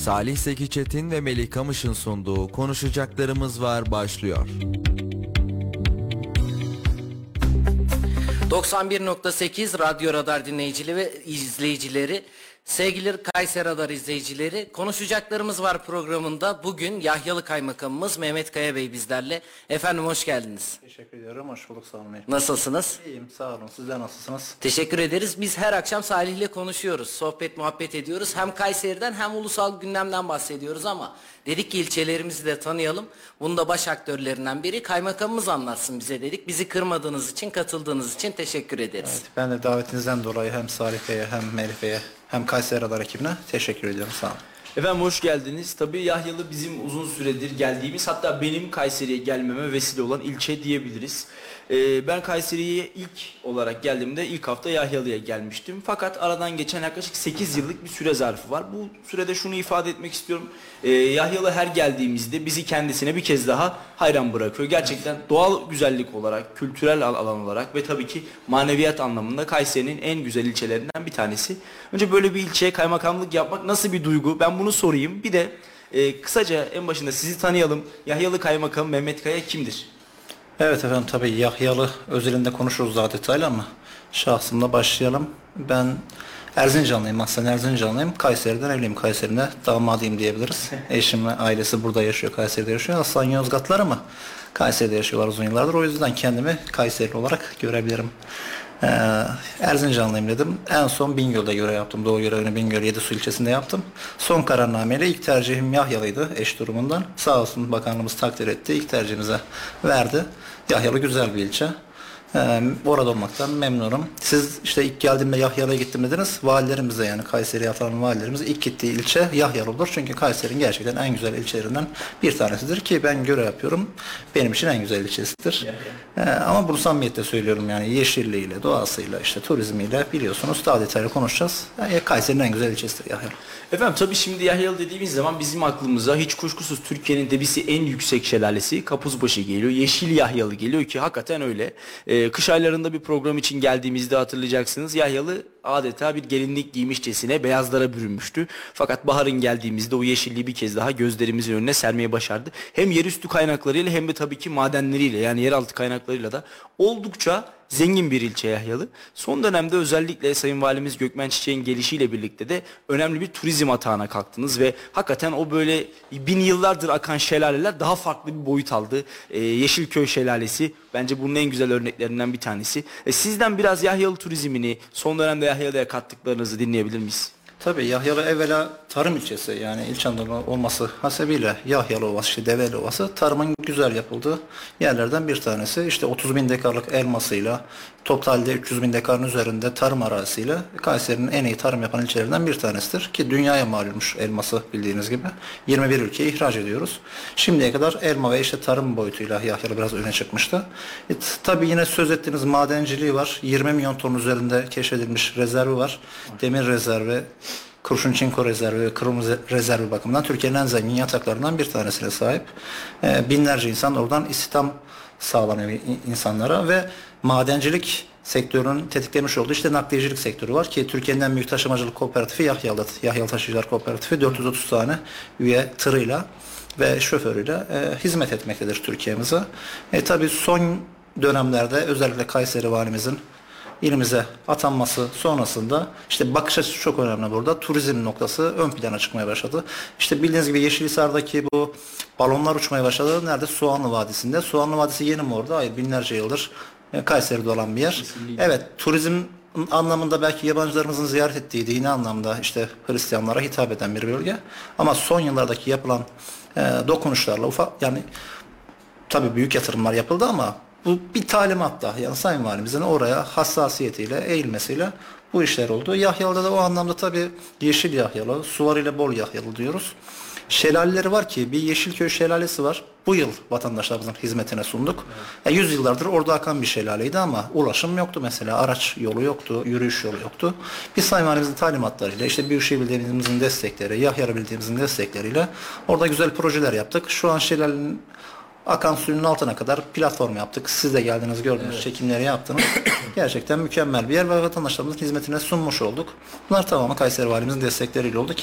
Salih Zeki Çetin ve Melih Kamış'ın sunduğu Konuşacaklarımız Var başlıyor. 91.8 Radyo Radar dinleyicileri ve izleyicileri, sevgili Kayseri Radar izleyicileri, Konuşacaklarımız Var programında bugün Yahyalı Kaymakamımız Mehmet Kaya Bey bizlerle. Efendim hoş geldiniz. Teşekkür ediyorum, hoş bulduk, sağ olun. Nasılsınız? İyiyim, sağ olun. Sizler nasılsınız? Teşekkür ederiz. Biz her akşam Salih'le konuşuyoruz, sohbet muhabbet ediyoruz. Hem Kayseri'den hem ulusal gündemden bahsediyoruz ama dedik ki ilçelerimizi de tanıyalım. Bunu da baş aktörlerinden biri kaymakamımız anlatsın bize dedik. Bizi kırmadığınız için, katıldığınız için teşekkür ederiz. Evet, ben de davetinizden dolayı hem Salih Bey'e hem Melih Bey'e hem Kayseri Radar ekibine teşekkür ediyorum, sağ olun. Efendim hoş geldiniz. Tabii Yahyalı bizim uzun süredir geldiğimiz, hatta benim Kayseri'ye gelmeme vesile olan ilçe diyebiliriz. Ben Kayseri'ye ilk olarak geldiğimde ilk hafta Yahyalı'ya gelmiştim. Fakat aradan geçen yaklaşık 8 yıllık bir süre zarfı var. Bu sürede şunu ifade etmek istiyorum. Yahyalı her geldiğimizde bizi kendisine bir kez daha hayran bırakıyor. Gerçekten doğal güzellik olarak, kültürel alan olarak ve tabii ki maneviyat anlamında Kayseri'nin en güzel ilçelerinden bir tanesi. Önce böyle bir ilçeye kaymakamlık yapmak nasıl bir duygu? Ben bunu sorayım. Bir de kısaca en başında sizi tanıyalım. Yahyalı Kaymakamı Mehmet Kaya kimdir? Evet efendim, tabii Yahyalı özelinde konuşuruz daha detaylı ama şahsımla başlayalım. Ben Erzincanlıyım, aslında Erzincanlıyım. Kayseri'den evliyim, Kayseri'de damadıyım diyebiliriz. Eşim ve ailesi burada yaşıyor, Kayseri'de yaşıyor. Aslan Yozgatlar ama Kayseri'de yaşıyorlar uzun yıllardır. O yüzden kendimi Kayserili olarak görebilirim. Erzincanlıyım dedim. En son Bingöl'de görev yaptım. Doğu görevini Bingöl Yedisu ilçesinde yaptım. Son kararnameyle ilk tercihim Yahyalıydı eş durumundan. Sağ olsun bakanlığımız takdir etti. İlk tercihimize verdi. Yahyalı güzel bir ilçe. Orada olmaktan memnunum. Siz işte ilk geldiğimde Yahyalı'ya gittim dediniz. Valilerimize, yani Kayseri'ye atılan valilerimiz ilk gittiği ilçe Yahyalı olur. Çünkü Kayseri'nin gerçekten en güzel ilçelerinden bir tanesidir ki ben görev yapıyorum. Benim için en güzel ilçesidir. Ama bunu samimiyetle söylüyorum, yani yeşilliğiyle, doğasıyla, işte turizmiyle biliyorsunuz, daha detaylı konuşacağız. Yani Kayseri'nin en güzel ilçesidir Yahyalı. Efendim tabii şimdi Yahyalı dediğimiz zaman bizim aklımıza hiç kuşkusuz Türkiye'nin debisi en yüksek şelalesi Kapuzbaşı geliyor. Yeşil Yahyalı geliyor ki hakikaten öyle. Kış aylarında bir program için geldiğimizde hatırlayacaksınız. Yahyalı adeta bir gelinlik giymişçesine beyazlara bürünmüştü. Fakat baharın geldiğimizde o yeşilliği bir kez daha gözlerimizin önüne sermeye başardı. Hem yerüstü kaynaklarıyla hem de tabii ki madenleriyle, yani yeraltı kaynaklarıyla da oldukça zengin bir ilçe Yahyalı. Son dönemde özellikle Sayın Valimiz Gökmen Çiçek'in gelişiyle birlikte de önemli bir turizm atağına kalktınız ve hakikaten o böyle bin yıllardır akan şelaleler daha farklı bir boyut aldı. Yeşilköy Şelalesi bence bunun en güzel örneklerinden bir tanesi. Sizden biraz Yahyalı turizmini, son dönemde Yahyalı'ya kattıklarınızı dinleyebilir miyiz? Tabii Yahyalı evvela tarım ilçesi, yani ilçe anlamı olması hasebiyle Yahyalı Ovası, işte Develi Ovası tarımın güzel yapıldığı yerlerden bir tanesi. İşte 30 bin dekarlık elmasıyla, totalde 300 bin dekarın üzerinde tarım arazisiyle Kayseri'nin en iyi tarım yapan ilçelerinden bir tanesidir. Ki dünyaya mal olmuş elması, bildiğiniz gibi 21 ülkeye ihraç ediyoruz. Şimdiye kadar elma ve işte tarım boyutuyla Yahyalı biraz öne çıkmıştı. Tabii yine söz ettiğiniz madenciliği var. 20 milyon ton üzerinde keşfedilmiş rezervi var. Demir rezervi, kurşun çinko rezervi ve krom rezervi bakımından Türkiye'nin en zengin yataklarından bir tanesine sahip. Binlerce insan oradan istihdam sağlanıyor insanlara ve madencilik sektörünün tetiklemiş olduğu işte nakliyecilik sektörü var ki Türkiye'nin en büyük taşımacılık kooperatifi Yahyalı. Yahyalı Taşıyıcılar Kooperatifi 430 tane üye tırıyla ve şoförüyle hizmet etmektedir Türkiye'mize. Tabii son dönemlerde özellikle Kayseri Valimizin ilimize atanması sonrasında işte bakış açısı çok önemli burada. Turizm noktası ön plana çıkmaya başladı. İşte bildiğiniz gibi Yeşilhisar'daki bu balonlar uçmaya başladı. Nerede? Soğanlı Vadisi'nde. Soğanlı Vadisi yeni mi orada? Hayır, binlerce yıldır Kayseri'de olan bir yer. Kesinlikle. Evet, turizm anlamında belki yabancılarımızın ziyaret ettiği dini anlamda işte Hristiyanlara hitap eden bir bölge. Ama son yıllardaki yapılan dokunuşlarla yani tabii büyük yatırımlar yapıldı ama bu bir talimatla, yani Sayın Valimizin oraya hassasiyetiyle, eğilmesiyle bu işler oldu. Yahyalı'da da o anlamda tabii yeşil Yahyalı, sularıyla bol Yahyalı diyoruz. Şelaleleri var ki bir Yeşilköy Şelalesi var. Bu yıl vatandaşlarımızın hizmetine sunduk. 100 yıllardır orada akan bir şelaleydi ama ulaşım yoktu mesela. Araç yolu yoktu, yürüyüş yolu yoktu. Biz Sayın Valimizin talimatlarıyla, işte Büyükşehir Belediye'mizin destekleri, Yahyalı Belediye'mizin destekleriyle orada güzel projeler yaptık. Şu an şelalenin akan suyun altına kadar platform yaptık. Siz de geldiniz, gördünüz, evet. Çekimleri yaptınız. Gerçekten mükemmel bir yer ve vatandaşlarımızın hizmetine sunmuş olduk. Bunlar tamamı Kayseri Valimizin destekleriyle oldu ki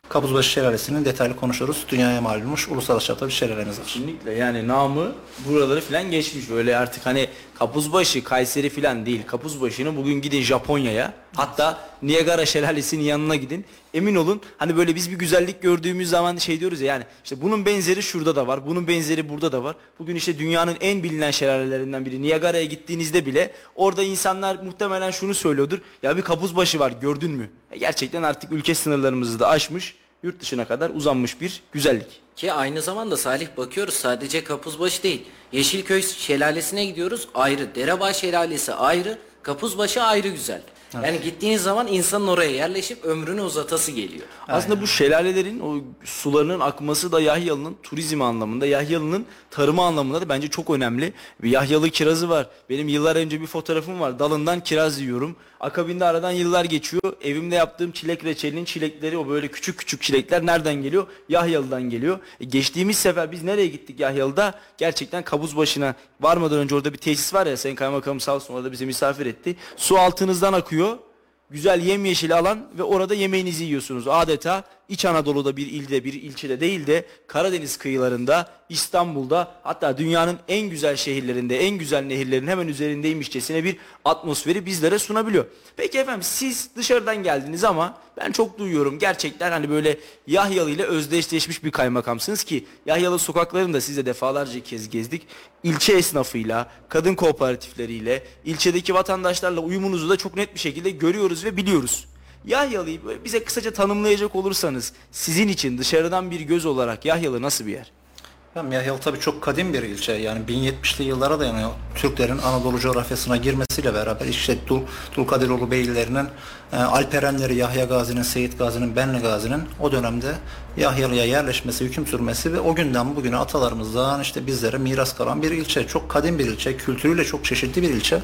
Kapuzbaşı Şelalesi'nin detaylı konuşuruz. Dünyaya mal olmuş uluslararası çapta bir şelalemiz var. Kesinlikle, yani namı buraları falan geçmiş. Öyle artık hani Kapuzbaşı, Kayseri falan değil. Kapuzbaşı'nın bugün gidin Japonya'ya, hatta Niagara Şelalesi'nin yanına gidin. Emin olun, hani böyle biz bir güzellik gördüğümüz zaman şey diyoruz ya, yani işte bunun benzeri şurada da var, bunun benzeri burada da var. Bugün işte dünyanın en bilinen şelalelerinden biri Niagara'ya gittiğinizde bile orada insanlar muhtemelen şunu söylüyordur: ya bir Kapuzbaşı var, gördün mü? Gerçekten artık ülke sınırlarımızı da aşmış, yurt dışına kadar uzanmış bir güzellik. Ki aynı zamanda Salih, bakıyoruz sadece Kapuzbaşı değil. Yeşilköy Şelalesi'ne gidiyoruz, ayrı. Derebağ Şelalesi ayrı. Kapuzbaşı ayrı güzel. Evet. Yani gittiğiniz zaman insanın oraya yerleşip ömrünü uzatası geliyor. Aslında bu şelalelerin o sularının akması da Yahyalı'nın turizm anlamında, Yahyalı'nın tarımı anlamında da bence çok önemli. Bir Yahyalı kirazı var. Benim yıllar önce bir fotoğrafım var. Dalından kiraz yiyorum. Akabinde aradan yıllar geçiyor. Evimde yaptığım çilek reçelinin çilekleri, o böyle küçük küçük çilekler nereden geliyor? Yahyalı'dan geliyor. Geçtiğimiz sefer biz nereye gittik Yahyalı'da? Gerçekten Kapuzbaşı'na varmadan önce orada bir tesis var ya, Sayın Kaymakamım sağ olsun orada bizi misafir etti. Su altınızdan akıyor. Güzel yemyeşil alan ve orada yemeğinizi yiyorsunuz. Adeta İç Anadolu'da bir ilde, bir ilçede değil de Karadeniz kıyılarında, İstanbul'da, hatta dünyanın en güzel şehirlerinde, en güzel nehirlerin hemen üzerindeymişçesine bir atmosferi bizlere sunabiliyor. Peki efendim, siz dışarıdan geldiniz ama ben çok duyuyorum, gerçekten hani böyle Yahyalı ile özdeşleşmiş bir kaymakamsınız ki Yahyalı sokaklarında siz de defalarca kez gezdik. İlçe esnafıyla, kadın kooperatifleriyle, ilçedeki vatandaşlarla uyumunuzu da çok net bir şekilde görüyoruz ve biliyoruz. Yahyalı'yı bize kısaca tanımlayacak olursanız, sizin için dışarıdan bir göz olarak Yahyalı nasıl bir yer? Yahyalı tabii çok kadim bir ilçe. Yani 1070'li yıllara dayanıyor. Türklerin Anadolu coğrafyasına girmesiyle beraber işte Dulkadiroğlu beylerinin, Alperenleri, Yahya Gazi'nin, Seyit Gazi'nin, Benli Gazi'nin o dönemde Yahyalı'ya yerleşmesi, hüküm sürmesi ve o günden bugüne atalarımızdan işte bizlere miras kalan bir ilçe. Çok kadim bir ilçe, kültürüyle çok çeşitli bir ilçe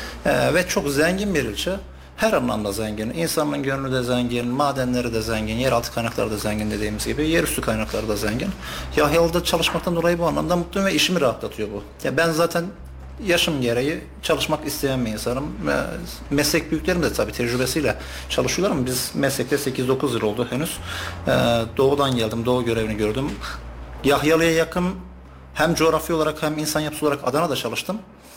ve çok zengin bir ilçe. Her anlamda zengin. İnsanın gönlü de zengin, madenleri de zengin, yeraltı kaynakları da zengin dediğimiz gibi, yerüstü kaynakları da zengin. Yahyalı'da çalışmaktan dolayı bu anlamda mutluyum ve işimi rahatlatıyor bu. Ya ben zaten yaşım gereği çalışmak isteyen bir insanım. Meslek büyüklerim de tabii tecrübesiyle çalışıyorlar ama biz meslekte 8-9 yıl oldu henüz. Doğudan geldim, doğu görevini gördüm. Yahyalı'ya yakın hem coğrafi olarak hem insan yapısı olarak Adana'da çalıştım.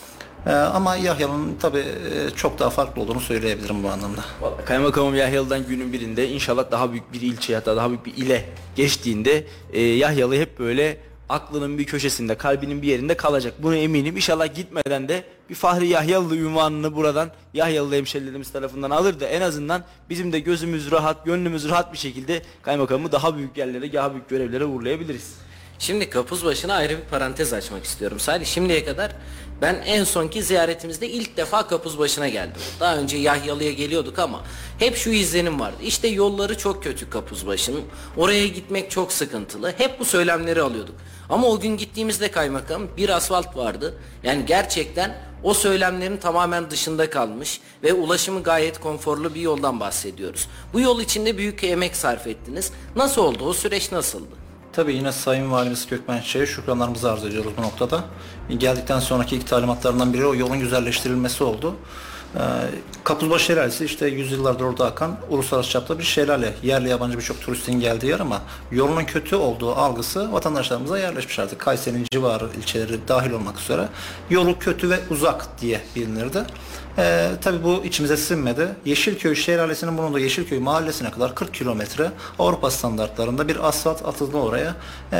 Ama Yahyalı'nın tabii çok daha farklı olduğunu söyleyebilirim bu anlamda. Kaymakamım Yahyalı'dan günün birinde inşallah daha büyük bir ilçe, hatta daha büyük bir ile geçtiğinde Yahyalı hep böyle aklının bir köşesinde, kalbinin bir yerinde kalacak. Buna eminim. İnşallah gitmeden de bir Fahri Yahyalı unvanını buradan Yahyalı hemşerilerimiz tarafından alır da en azından bizim de gözümüz rahat, gönlümüz rahat bir şekilde kaymakamı daha büyük yerlere, daha büyük görevlere uğurlayabiliriz. Şimdi Kapuzbaşı'na ayrı bir parantez açmak istiyorum. Sadece şimdiye kadar ben en sonki ziyaretimizde ilk defa Kapuzbaşı'na geldim. Daha önce Yahyalı'ya geliyorduk ama hep şu izlenim vardı. İşte yolları çok kötü Kapuzbaşı'nın. Oraya gitmek çok sıkıntılı. Hep bu söylemleri alıyorduk. Ama o gün gittiğimizde kaymakam bir asfalt vardı. Yani gerçekten o söylemlerin tamamen dışında kalmış ve ulaşımı gayet konforlu bir yoldan bahsediyoruz. Bu yol içinde büyük emek sarf ettiniz. Nasıl oldu? O süreç nasıldı? Tabii yine Sayın Valimiz Gökmen Çiçek'e şükranlarımızı arz ediyoruz bu noktada. Geldikten sonraki ilk talimatlarından biri o yolun güzelleştirilmesi oldu. Kapuzbaşı Şelalesi işte yüzyıllardır orada akan uluslararası çapta bir şelale. Yerli yabancı birçok turistin geldiği yer ama yolunun kötü olduğu algısı vatandaşlarımıza yerleşmiş artık. Kayseri'nin civarı ilçeleri dahil olmak üzere yolu kötü ve uzak diye bilinirdi. Tabii bu içimize sinmedi. Yeşilköy Şelalesi'nin bulunduğu Yeşilköy mahallesine kadar 40 kilometre Avrupa standartlarında bir asfalt atıldı oraya.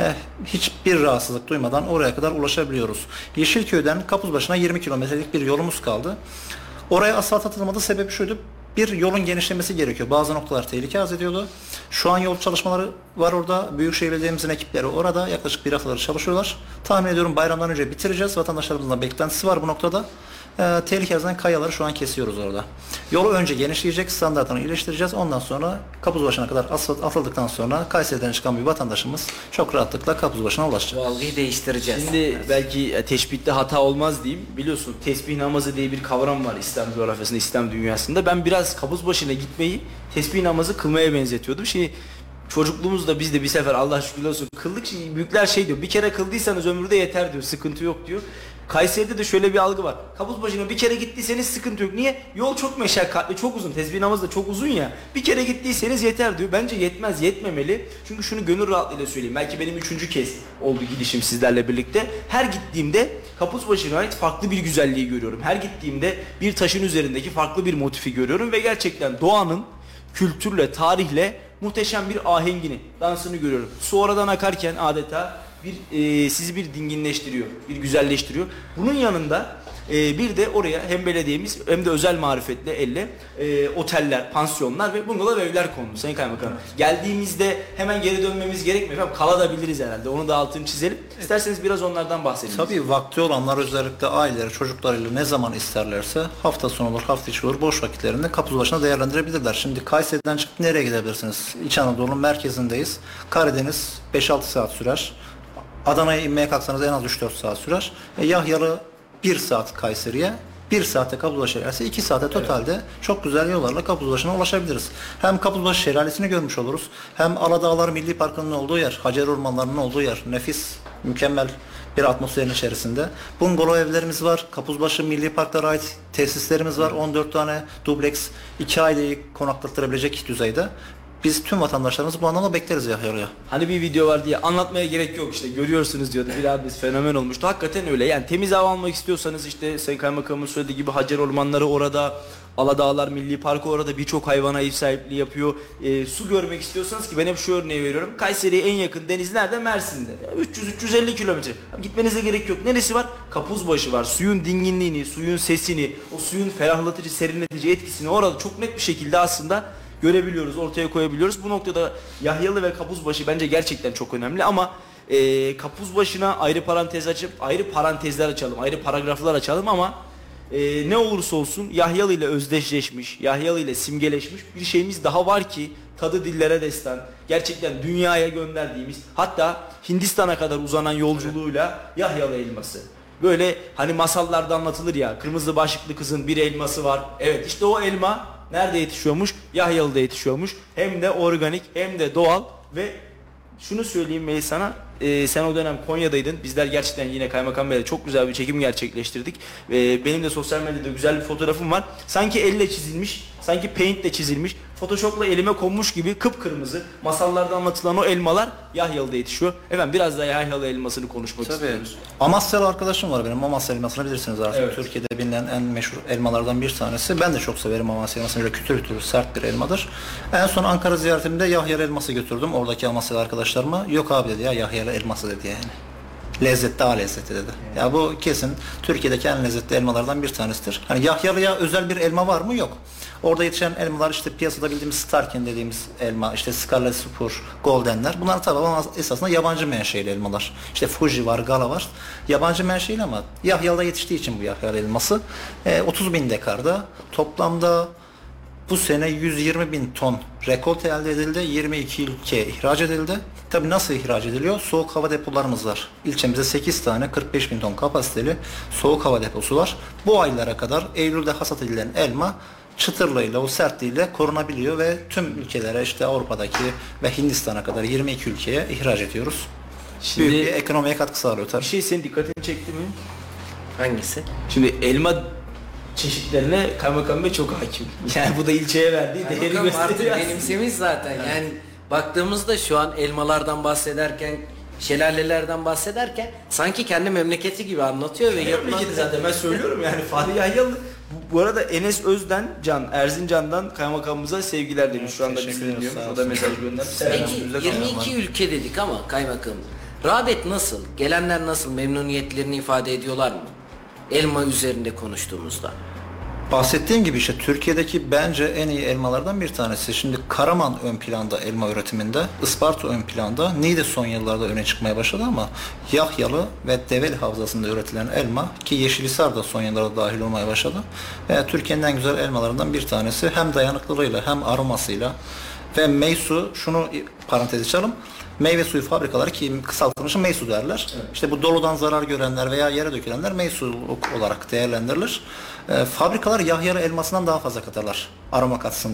Hiçbir rahatsızlık duymadan oraya kadar ulaşabiliyoruz. Yeşilköy'den Kapuzbaşı'na 20 kilometrelik bir yolumuz kaldı. Oraya asfalt atılmadı, sebebi şuydu: bir yolun genişlemesi gerekiyor. Bazı noktalar tehlike arz ediyordu. Şu an yol çalışmaları var orada. Büyükşehir Belediye'mizin ekipleri orada. Yaklaşık bir haftadır çalışıyorlar. Tahmin ediyorum bayramdan önce bitireceğiz. Vatandaşlarımızın da beklentisi var bu noktada. Tehlike arz eden kayaları şu an kesiyoruz orada. Yolu önce genişleyecek, standartını iyileştireceğiz. Ondan sonra Kapuzbaşı'na kadar asfalt atıldıktan sonra Kayseri'den çıkan bir vatandaşımız çok rahatlıkla Kapuzbaşı'na ulaşacak. Bu algıyı değiştireceğiz. Şimdi belki teşbihte hata olmaz diyeyim. Biliyorsun tesbih namazı diye bir kavram var İslam coğrafyasında, İslam dünyasında. Ben biraz Kapuzbaşı'na gitmeyi tesbih namazı kılmaya benzetiyordum. Şimdi çocukluğumuzda biz de bir sefer Allah şükürler olsun kıldık. Şimdi büyükler şey diyor: bir kere kıldıysanız ömürde yeter diyor, sıkıntı yok diyor. Kayseri'de de şöyle bir algı var. Kapuzbaşı'na bir kere gittiyseniz sıkıntı yok. Niye? Yol çok meşakkatli, çok uzun. Tesbih namazı da çok uzun ya. Bir kere gittiyseniz yeter diyor. Bence yetmez, yetmemeli. Çünkü şunu gönül rahatlığıyla söyleyeyim. Belki benim 3. kez oldu gidişim sizlerle birlikte. Her gittiğimde Kapuzbaşı'na ait farklı bir güzelliği görüyorum. Her gittiğimde bir taşın üzerindeki farklı bir motifi görüyorum ve gerçekten doğanın kültürle, tarihle muhteşem bir ahengini, dansını görüyorum. Su oradan akarken adeta sizi bir dinginleştiriyor, bir güzelleştiriyor. Bunun yanında bir de oraya hem belediyemiz hem de özel marifetle elle oteller, pansiyonlar ve bungalov evler kondu Sayın Kaymakam. Geldiğimizde hemen geri dönmemiz gerekmiyor. Efendim kalabiliriz herhalde. Onu da altını çizelim. İsterseniz biraz onlardan bahsedelim. Tabii vakti olanlar özellikle aileleri çocuklarıyla ne zaman isterlerse hafta sonu olur, hafta içi olur, boş vakitlerinde Kapuzbaşı'na değerlendirebilirler. Şimdi Kayseri'den çıkıp nereye gidebilirsiniz? İç Anadolu'nun merkezindeyiz. Karadeniz 5-6 saat sürer. Adana'ya inmeye kalksanız en az 3-4 saat sürer. Yahyalı 1 saat Kayseri'ye, 1 saate Kapuzbaşı gelse 2 saate totalde çok güzel yollarla Kapuzbaşı'na ulaşabiliriz. Hem Kapuzbaşı Şelalesi'ni görmüş oluruz. Hem Aladağlar Milli Parkı'nın olduğu yer, Hacer Ormanları'nın olduğu yer. Nefis, mükemmel bir atmosferin içerisinde. Bungalov evlerimiz var. Kapuzbaşı Milli Parklara ait tesislerimiz var. 14 tane dubleks, 2 aileyi konaklattırabilecek düzeyde. Biz tüm vatandaşlarımızı bu anlamda bekleriz Yahyalı'ya. Hani bir video var diye anlatmaya gerek yok işte görüyorsunuz diyordu. Bir abimiz fenomen olmuştu. Hakikaten öyle. Yani temiz hava almak istiyorsanız işte Sayın Kaymakamın söylediği gibi Hacer Ormanları orada, Aladağlar Milli Parkı orada, birçok hayvana ev sahipliği yapıyor. Su görmek istiyorsanız ki ben hep şu örneği veriyorum. Kayseri'ye en yakın deniz nerede? Mersin'de. 300-350 kilometre. Gitmenize gerek yok. Neresi var? Kapuzbaşı var. Suyun dinginliğini, suyun sesini, o suyun ferahlatıcı, serinletici etkisini orada çok net bir şekilde aslında görebiliyoruz, ortaya koyabiliyoruz. Bu noktada Yahyalı ve Kapuzbaşı bence gerçekten çok önemli ama Kapuzbaşı'na ayrı parantez açıp ayrı parantezler açalım, ayrı paragraflar açalım ama ne olursa olsun Yahyalı ile özdeşleşmiş, Yahyalı ile simgeleşmiş bir şeyimiz daha var ki tadı dillere destan, gerçekten dünyaya gönderdiğimiz, hatta Hindistan'a kadar uzanan yolculuğuyla Yahyalı elması. Böyle hani masallarda anlatılır ya, kırmızı başlıklı kızın bir elması var. Evet, işte o elma nerede yetişiyormuş? Yahyalı'da yetişiyormuş. Hem de organik hem de doğal ve şunu söyleyeyim Melih sana, sen o dönem Konya'daydın. Bizler gerçekten yine Kaymakam Bey'le çok güzel bir çekim gerçekleştirdik. Benim de sosyal medyada güzel bir fotoğrafım var. Sanki elle çizilmiş, sanki paintle çizilmiş, Photoshop'la elime konmuş gibi kıpkırmızı masallarda anlatılan o elmalar Yahyalı'da yetişiyor. Efendim biraz daha Yahyalı elmasını konuşmak istiyoruz. Amasyalı arkadaşım var benim. Amasya elmasını bilirsiniz artık. Evet. Türkiye'de bilinen en meşhur elmalardan bir tanesi. Ben de çok severim Amasya elmasını. Böyle kütür kütür sert bir elmadır. En son Ankara ziyaretimde Yahyalı elması götürdüm oradaki Amasyalı arkadaşlarıma. Yok abi dedi ya, Yahyalı elması dedi yani. Lezzet daha lezzetli dedi. Ya bu kesin Türkiye'deki en lezzetli elmalardan bir tanesidir. Hani Yahyalı'ya özel bir elma var mı? Yok. Orada yetişen elmalar işte piyasada bildiğimiz Starkin dediğimiz elma, işte Scarlet Spur, Goldenler. Bunlar tabii ama esasında yabancı menşeli elmalar. İşte Fuji var, Gala var. Yabancı menşeli ama Yahyalı'da yetiştiği için bu Yahyalı elması 30.000 dekarda toplamda bu sene 120.000 ton rekolte elde edildi. 22 ülkeye ihraç edildi. Tabii nasıl ihraç ediliyor? Soğuk hava depolarımız var. İlçemizde 8 tane 45.000 ton kapasiteli soğuk hava deposu var. Bu aylara kadar Eylül'de hasat edilen elma çıtırlığıyla, o sertliğiyle korunabiliyor ve tüm ülkelere, işte Avrupa'daki ve Hindistan'a kadar 22 ülkeye ihraç ediyoruz. Şimdi Büyük bir ekonomiye katkı sağlıyor tabii. bir şey senin dikkatini çekti mi? Hangisi? Şimdi elma çeşitlerine Kaymakam Bey çok hakim. Yani bu da ilçeye verdiği değeri Bakalım artık gösteriyor. benimsemiş zaten. Yani baktığımızda şu an elmalardan bahsederken, şelalelerden bahsederken sanki kendi memleketi gibi anlatıyor ve yapılan Memleketi zaten ben söylüyorum yani Fahri Yahyalı. Bu arada Enes Özden Can, Erzincan'dan kaymakamımıza sevgiler demiş. Şu anda teşekkür bizi ederiz, dinliyormuş. sağ O da olsun. mesaj göndermiş. Peki 22 ülke dedik ama kaymakamım. Rağbet nasıl? Gelenler nasıl? Memnuniyetlerini ifade ediyorlar mı? Elma üzerinde konuştuğumuzda. Bahsettiğim gibi işte Türkiye'deki bence en iyi elmalardan bir tanesi. Şimdi Karaman ön planda elma üretiminde, Isparta ön planda, Niğde son yıllarda öne çıkmaya başladı ama Yahyalı ve Develi Havzası'nda üretilen elma ki Yeşilisar da son yıllarda dahil olmaya başladı. Türkiye'nin en güzel elmalarından bir tanesi. Hem dayanıklılığıyla hem aromasıyla ve meysu, şunu parantez açalım. Meyve suyu fabrikaları ki kısaltılmışı meysu derler. Evet. İşte bu doludan zarar görenler veya yere dökülenler meysu olarak değerlendirilir. Fabrikalar Yahyalı elmasından daha fazla katarlar aroma katsın diye.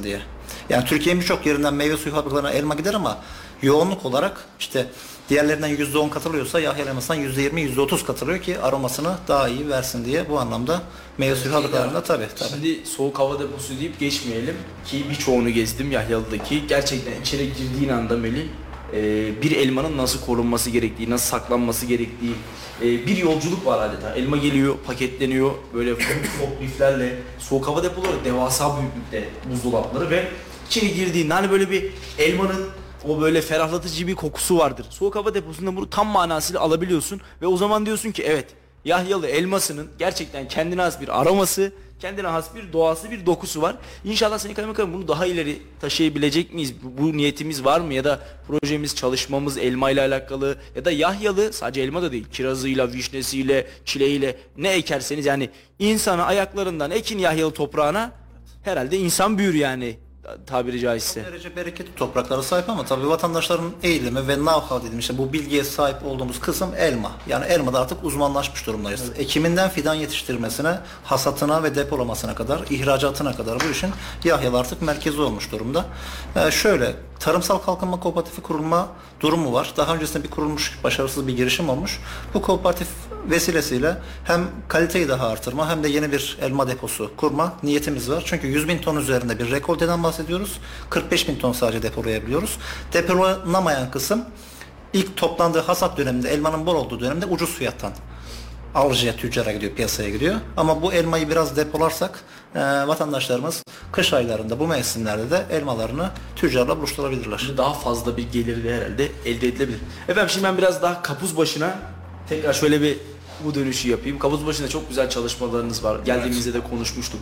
Yani Türkiye'nin birçok yerinden meyve suyu fabrikalarına elma gider ama yoğunluk olarak işte diğerlerinden %10 katılıyorsa Yahya elmasından %20, %30 katılıyor ki aromasını daha iyi versin diye, bu anlamda meyve suyu fabrikalarında tabii. Şimdi soğuk hava deposu deyip geçmeyelim ki birçoğunu gezdim Yahyalı'daki. Gerçekten içeri girdiğin anda Melih, bir elmanın nasıl korunması gerektiği, nasıl saklanması gerektiği bir yolculuk var adeta. Elma geliyor, paketleniyor böyle forkliflerle. Soğuk hava depoları devasa büyüklükte buzdolapları ve içeri girdiğinde hani böyle bir elmanın o böyle ferahlatıcı bir kokusu vardır. Soğuk hava deposunda bunu tam manasıyla alabiliyorsun ve o zaman diyorsun ki evet, Yahyalı elmasının gerçekten kendine has bir aroması, kendine has bir doğası, bir dokusu var. İnşallah Sayın Kaymakam bunu daha ileri taşıyabilecek miyiz? Bu niyetimiz var mı? Ya da projemiz, çalışmamız elma ile alakalı ya da Yahyalı sadece elma da değil, kirazıyla, vişnesiyle, çileğiyle ne ekerseniz, yani insana ayaklarından ekin Yahyalı toprağına, herhalde insan büyür yani, tabiri caizse. Çok derece bereketli topraklara sahip ama tabii vatandaşların eğilimi ve know-how dediğim işte bu bilgiye sahip olduğumuz kısım elma. Yani elmada artık uzmanlaşmış durumdayız. Evet. Ekiminden fidan yetiştirmesine, hasatına ve depolamasına kadar, ihracatına kadar bu işin Yahyalı artık merkezi olmuş durumda. Şöyle, Tarımsal Kalkınma Kooperatifi kurulma durumu var. Daha öncesinde bir kurulmuş, başarısız bir girişim olmuş. Bu kooperatif vesilesiyle hem kaliteyi daha artırma hem de yeni bir elma deposu kurma niyetimiz var. Çünkü 100.000 ton üzerinde bir rekolteden bahsediyoruz. 45.000 ton sadece depolayabiliyoruz. Depolanamayan kısım ilk toplandığı hasat döneminde, elmanın bol olduğu dönemde ucuz fiyattan alıcıya, tüccara gidiyor, piyasaya gidiyor. Ama bu elmayı biraz depolarsak vatandaşlarımız kış aylarında, bu mevsimlerde de elmalarını tüccarla buluşturabilirler. Daha fazla bir gelir de herhalde elde edilebilir. Efendim şimdi ben biraz daha Kapuzbaşı'na tekrar şöyle bir bu dönüşü yapayım. Kapuzbaşı'nda çok güzel çalışmalarınız var. Geldiğimizde de konuşmuştuk.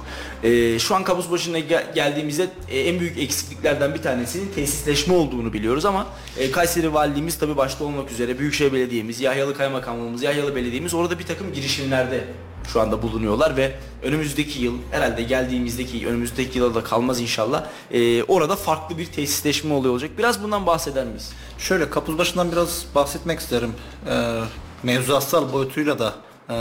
Şu an Kapuzbaşı'na geldiğimizde en büyük eksikliklerden bir tanesinin tesisleşme olduğunu biliyoruz ama Kayseri Valiliğimiz tabii başta olmak üzere Büyükşehir Belediye'miz, Yahyalı Kaymakamlığımız, Yahyalı Belediye'miz orada bir takım girişimlerde şu anda bulunuyorlar ve önümüzdeki yıl, herhalde geldiğimizdeki önümüzdeki yılda da kalmaz inşallah, orada farklı bir tesisleşme olacak. Biraz bundan bahseder miyiz? Şöyle, Kapuzbaşı'ndan biraz bahsetmek isterim. Mevzuatsal boyutuyla da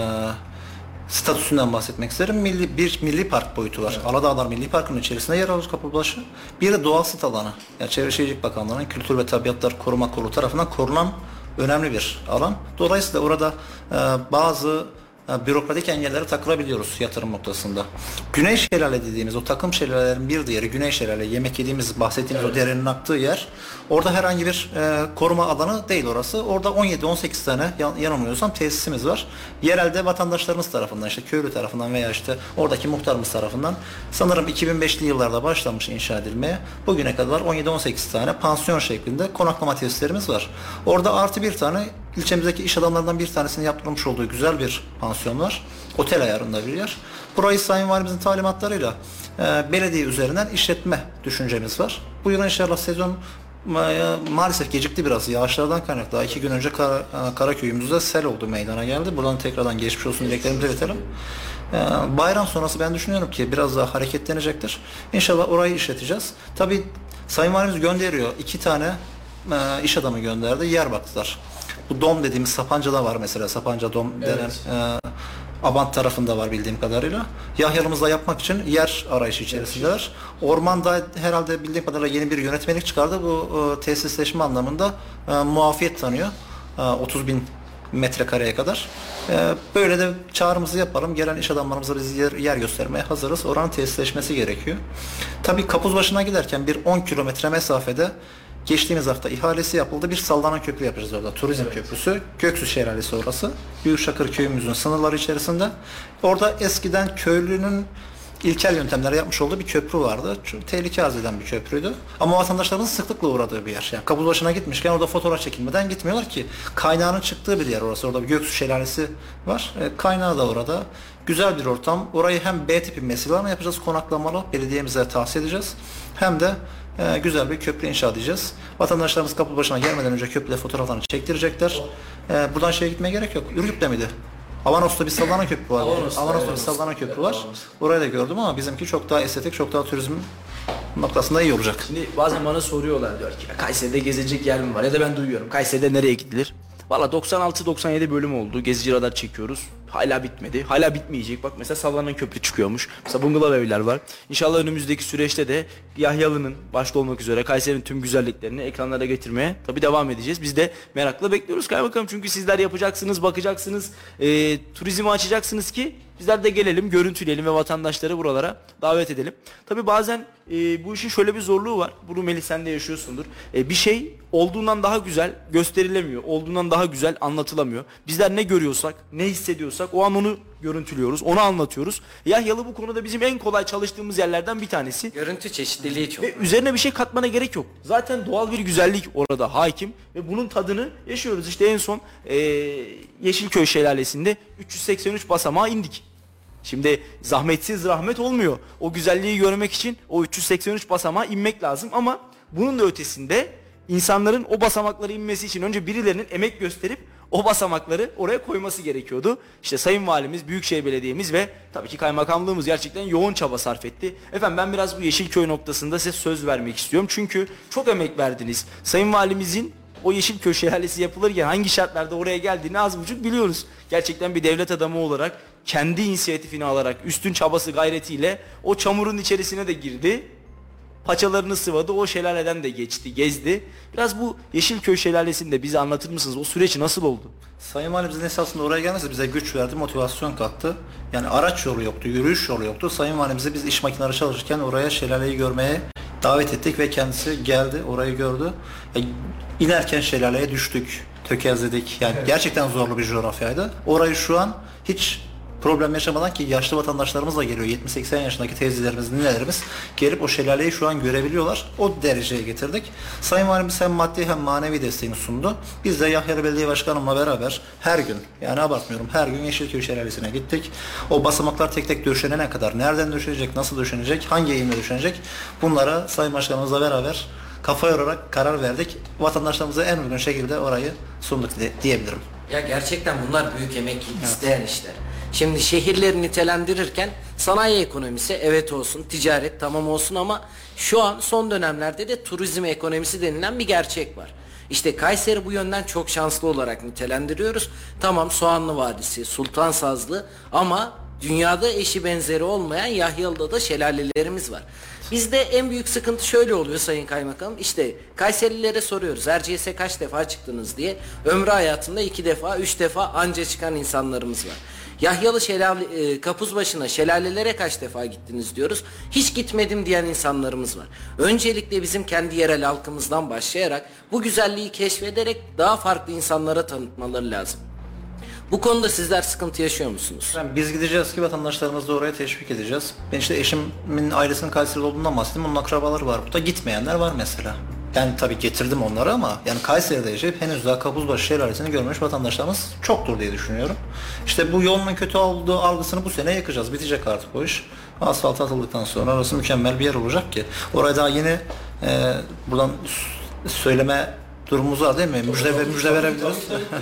statüsünden bahsetmek isterim. Milli park boyutu var. Evet. Aladağlar Milli Parkı'nın içerisinde yer alır Kapuzbaşı. Bir de doğal sit alanı. Yani Çevre Şehircilik Bakanlığı'nın Kültür ve Tabiatlar Koruma Kurulu tarafından korunan önemli bir alan. Dolayısıyla orada bazı bürokratik engellere takılabiliyoruz yatırım noktasında. Güney Şelale dediğimiz o takım şelalelerin bir diğeri Güney Şelale, yemek yediğimiz, bahsettiğimiz o derenin aktığı yer. Orada herhangi bir koruma alanı değil orası. Orada 17-18 tane yanılmıyorsam tesisimiz var. Yerelde vatandaşlarımız tarafından, işte köylü tarafından veya işte oradaki muhtarımız tarafından sanırım 2005'li yıllarda başlanmış inşa edilmeye. Bugüne kadar 17-18 tane pansiyon şeklinde konaklama tesislerimiz var. Orada artı bir tane ilçemizdeki iş adamlarından bir tanesinin yaptırmış olduğu güzel bir pansiyon var. Otel ayarında bir yer. Burayı Sayın Valimizin talimatlarıyla belediye üzerinden işletme düşüncemiz var. Bu yıl inşallah sezon maalesef gecikti biraz. Yağışlardan kaynaklı. Daha 2 gün önce Karaköy'ümüzde sel oldu, meydana geldi. Buradan tekrardan geçmiş olsun dileklerimizi iletelim. Bayram sonrası ben düşünüyorum ki biraz daha hareketlenecektir. İnşallah orayı işleteceğiz. Tabii Sayın Valimiz gönderiyor. 2 tane iş adamı gönderdi. Yer baktılar. Bu dom dediğimiz Sapanca'da var mesela. Sapanca dom denen Abant tarafında var bildiğim kadarıyla. Yahyalımızda yapmak için yer arayışı içerisindeler. Ormanda herhalde bildiğim kadarıyla yeni bir yönetmelik çıkardı. Bu tesisleşme anlamında muafiyet tanıyor. 30.000 metrekareye kadar. Böyle de çağrımızı yapalım. Gelen iş adamlarımıza biz yer göstermeye hazırız. Oranın tesisleşmesi gerekiyor. Tabii Kapuzbaşı'na giderken bir 10 kilometre mesafede geçtiğimiz hafta ihalesi yapıldı. Bir sallanan köprü yapacağız orada. Turizm köprüsü. Göksu Şelalesi orası. Büyükşakır köyümüzün sınırları içerisinde. Orada eskiden köylünün ilkel yöntemlerle yapmış olduğu bir köprü vardı. Çok tehlike arz eden bir köprüydü. Ama vatandaşlarımızın sıklıkla uğradığı bir yer. Yani Kapuzbaşı'na gitmişken orada fotoğraf çekilmeden gitmiyorlar ki. Kaynağının çıktığı bir yer orası. Orada bir Göksu Şelalesi var. Kaynağı da orada. Güzel bir ortam. Orayı hem B tipi mesire alanı yapacağız, konaklamalı. Belediyemize tahsis edeceğiz. Hem de güzel bir köprü inşa edeceğiz. Vatandaşlarımız Kapuzbaşı'na gelmeden önce köprüde fotoğraflarını çektirecekler. Buradan şeye gitmeye gerek yok. Ürgüp'te miydi? Avanos'ta bir sallanan köprü var. Avanos'ta bir sallanan köprü var. Orayı da gördüm ama bizimki çok daha estetik, çok daha turizm noktasında iyi olacak. Şimdi bazen bana soruyorlar, diyor ki Kayseri'de gezecek yer mi var? Ya da ben duyuyorum. Kayseri'de nereye gidilir? Valla 96-97 bölüm oldu. Gezici radar çekiyoruz. Hala bitmedi. Hala bitmeyecek. Bak mesela sallanan köprü çıkıyormuş. Mesela bungalov evler var. İnşallah önümüzdeki süreçte de Yahyalı'nın başta olmak üzere Kayseri'nin tüm güzelliklerini ekranlara getirmeye tabii devam edeceğiz. Biz de merakla bekliyoruz kaymakam. Çünkü sizler yapacaksınız, bakacaksınız, turizmi açacaksınız ki bizler de gelelim, görüntüleyelim ve vatandaşları buralara davet edelim. Tabii bazen bu işin şöyle bir zorluğu var. Bunu Melih sen de yaşıyorsundur. Bir şey olduğundan daha güzel gösterilemiyor. Olduğundan daha güzel anlatılamıyor. Bizler ne görüyorsak, ne hissediyorsak o an onu görüntülüyoruz, onu anlatıyoruz. Yahyalı bu konuda bizim en kolay çalıştığımız yerlerden bir tanesi. Görüntü çeşitliliği çok. Ve üzerine bir şey katmana gerek yok. Zaten doğal bir güzellik orada hakim ve bunun tadını yaşıyoruz. İşte en son Yeşilköy Şelalesi'nde 383 basamağa indik. Şimdi zahmetsiz rahmet olmuyor. O güzelliği görmek için o 383 basamağa inmek lazım ama bunun da ötesinde insanların o basamakları inmesi için önce birilerinin emek gösterip o basamakları oraya koyması gerekiyordu. İşte Sayın Valimiz, Büyükşehir Belediye'miz ve tabii ki Kaymakamlığımız gerçekten yoğun çaba sarf etti. Efendim ben biraz bu Yeşilköy noktasında size söz vermek istiyorum. Çünkü çok emek verdiniz. Sayın Valimizin o Yeşilköy Şelalesi yapılırken hangi şartlarda oraya geldiğini az buçuk biliyoruz. Gerçekten bir devlet adamı olarak kendi inisiyatifini alarak üstün çabası gayretiyle o çamurun içerisine de girdi. Paçalarını sıvadı, o şelaleden de geçti, gezdi. Biraz bu Yeşilköy Şelalesi'ni de bize anlatır mısınız? O süreç nasıl oldu? Sayın Valimizin esasında oraya gelmesi bize güç verdi, motivasyon kattı. Yani araç yolu yoktu, yürüyüş yolu yoktu. Sayın Valimizi biz iş makineleri çalışırken oraya şelaleyi görmeye davet ettik ve kendisi geldi, orayı gördü. İnerken şelaleye düştük, tökezledik. Yani gerçekten zorlu bir coğrafyaydı. Orayı şu an hiç problem yaşamadan ki yaşlı vatandaşlarımız da geliyor. 70-80 yaşındaki teyzelerimiz, ninelerimiz gelip o şelaleyi şu an görebiliyorlar. O dereceye getirdik. Sayın Valimiz hem maddi hem manevi desteğini sundu. Biz de Yahyalı Belediye Başkanımla beraber her gün, yani abartmıyorum, her gün Yeşilköy Şelalesi'ne gittik. O basamaklar tek tek döşenene kadar nereden döşenecek, nasıl döşenecek, hangi eğimle döşenecek bunlara Sayın Başkanımızla beraber kafa yorarak karar verdik. Vatandaşlarımıza en uygun şekilde orayı sunduk diyebilirim. Ya gerçekten bunlar büyük emek isteyen işler. Şimdi şehirleri nitelendirirken sanayi ekonomisi evet olsun, ticaret tamam olsun ama şu an son dönemlerde de turizm ekonomisi denilen bir gerçek var. İşte Kayseri bu yönden çok şanslı olarak nitelendiriyoruz. Tamam Soğanlı Vadisi, Sultansazlı ama dünyada eşi benzeri olmayan Yahyalı'da da şelalelerimiz var. Bizde en büyük sıkıntı şöyle oluyor Sayın Kaymakamım. İşte Kayserililere soruyoruz. Erciyes'e kaç defa çıktınız diye. Ömrü hayatında 2 defa, 3 defa anca çıkan insanlarımız var. Yahyalı Kapuzbaşı'na, şelalelere kaç defa gittiniz diyoruz. Hiç gitmedim diyen insanlarımız var. Öncelikle bizim kendi yerel halkımızdan başlayarak bu güzelliği keşfederek daha farklı insanlara tanıtmaları lazım. Bu konuda sizler sıkıntı yaşıyor musunuz? Yani biz gideceğiz ki vatandaşlarımızı da oraya teşvik edeceğiz. Ben işte eşimin ailesinin Kayseri'de olduğundan bahsettim. Onun akrabaları var burada. Gitmeyenler var mesela. Yani tabii getirdim onları ama yani Kayseri'de yaşayıp henüz daha Kapuzbaşı Şelalesi'ni görmemiş vatandaşlarımız çoktur diye düşünüyorum. İşte bu yolun kötü olduğu algısını bu sene yakacağız. Bitecek artık o iş. Asfalt atıldıktan sonra orası mükemmel bir yer olacak ki. Oraya daha yeni buradan söyleme durumumuz var değil mi? Müjde verebiliriz.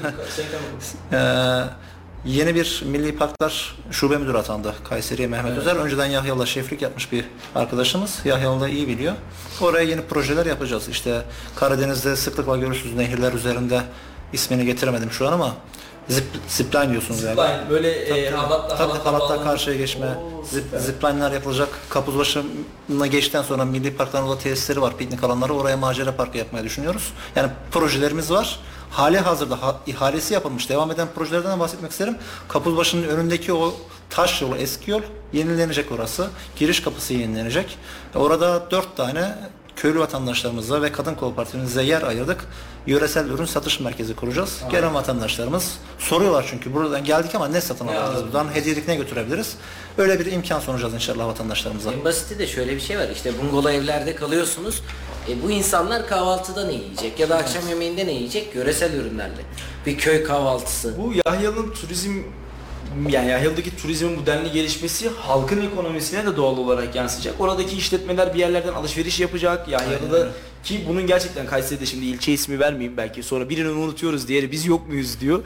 Yeni bir Milli Parklar Şube Müdürü atandı Kayseri'ye Mehmet Özer. Önceden Yahyalı'da şeflik yapmış bir arkadaşımız. Yahyalı'da iyi biliyor. Oraya yeni projeler yapacağız. İşte Karadeniz'de sıklıkla görürsünüz nehirler üzerinde, ismini getiremedim şu an ama zipline diyorsunuz galiba. Zipline böyle halatla karşıya geçme, zipline'ler yapılacak. Kapuzbaşı'na geçtikten sonra Milli Parkların orada tesisleri var, piknik alanları. Oraya macera parkı yapmayı düşünüyoruz. Yani projelerimiz var. Hali hazırda ihalesi yapılmış devam eden projelerden bahsetmek isterim. Kapuzbaşı'nın önündeki o taş yolu, eski yol yenilenecek orası. Giriş kapısı yenilenecek. Orada 4 tane köylü vatandaşlarımızla ve kadın kooperatifimize yer ayırdık. Yöresel ürün satış merkezi kuracağız. Gelen vatandaşlarımız soruyorlar çünkü buradan geldik ama ne satın alabiliriz buradan, hediyelik ne götürebiliriz? Öyle bir imkan sunacağız inşallah vatandaşlarımıza. En basiti de şöyle bir şey var. İşte bungalov evlerde kalıyorsunuz. Bu insanlar kahvaltıda ne yiyecek ya da akşam yemeğinde ne yiyecek? Yöresel ürünlerle. Bir köy kahvaltısı. Bu Yahyalı'nın yani Yahyalı'daki turizmin bu denli gelişmesi halkın ekonomisine de doğal olarak yansıyacak. Oradaki işletmeler bir yerlerden alışveriş yapacak. Yahyalı'daki Ki bunun gerçekten Kayseri'de, şimdi ilçe ismi vermeyeyim, belki sonra birini unutuyoruz, diğeri biz yok muyuz diyor.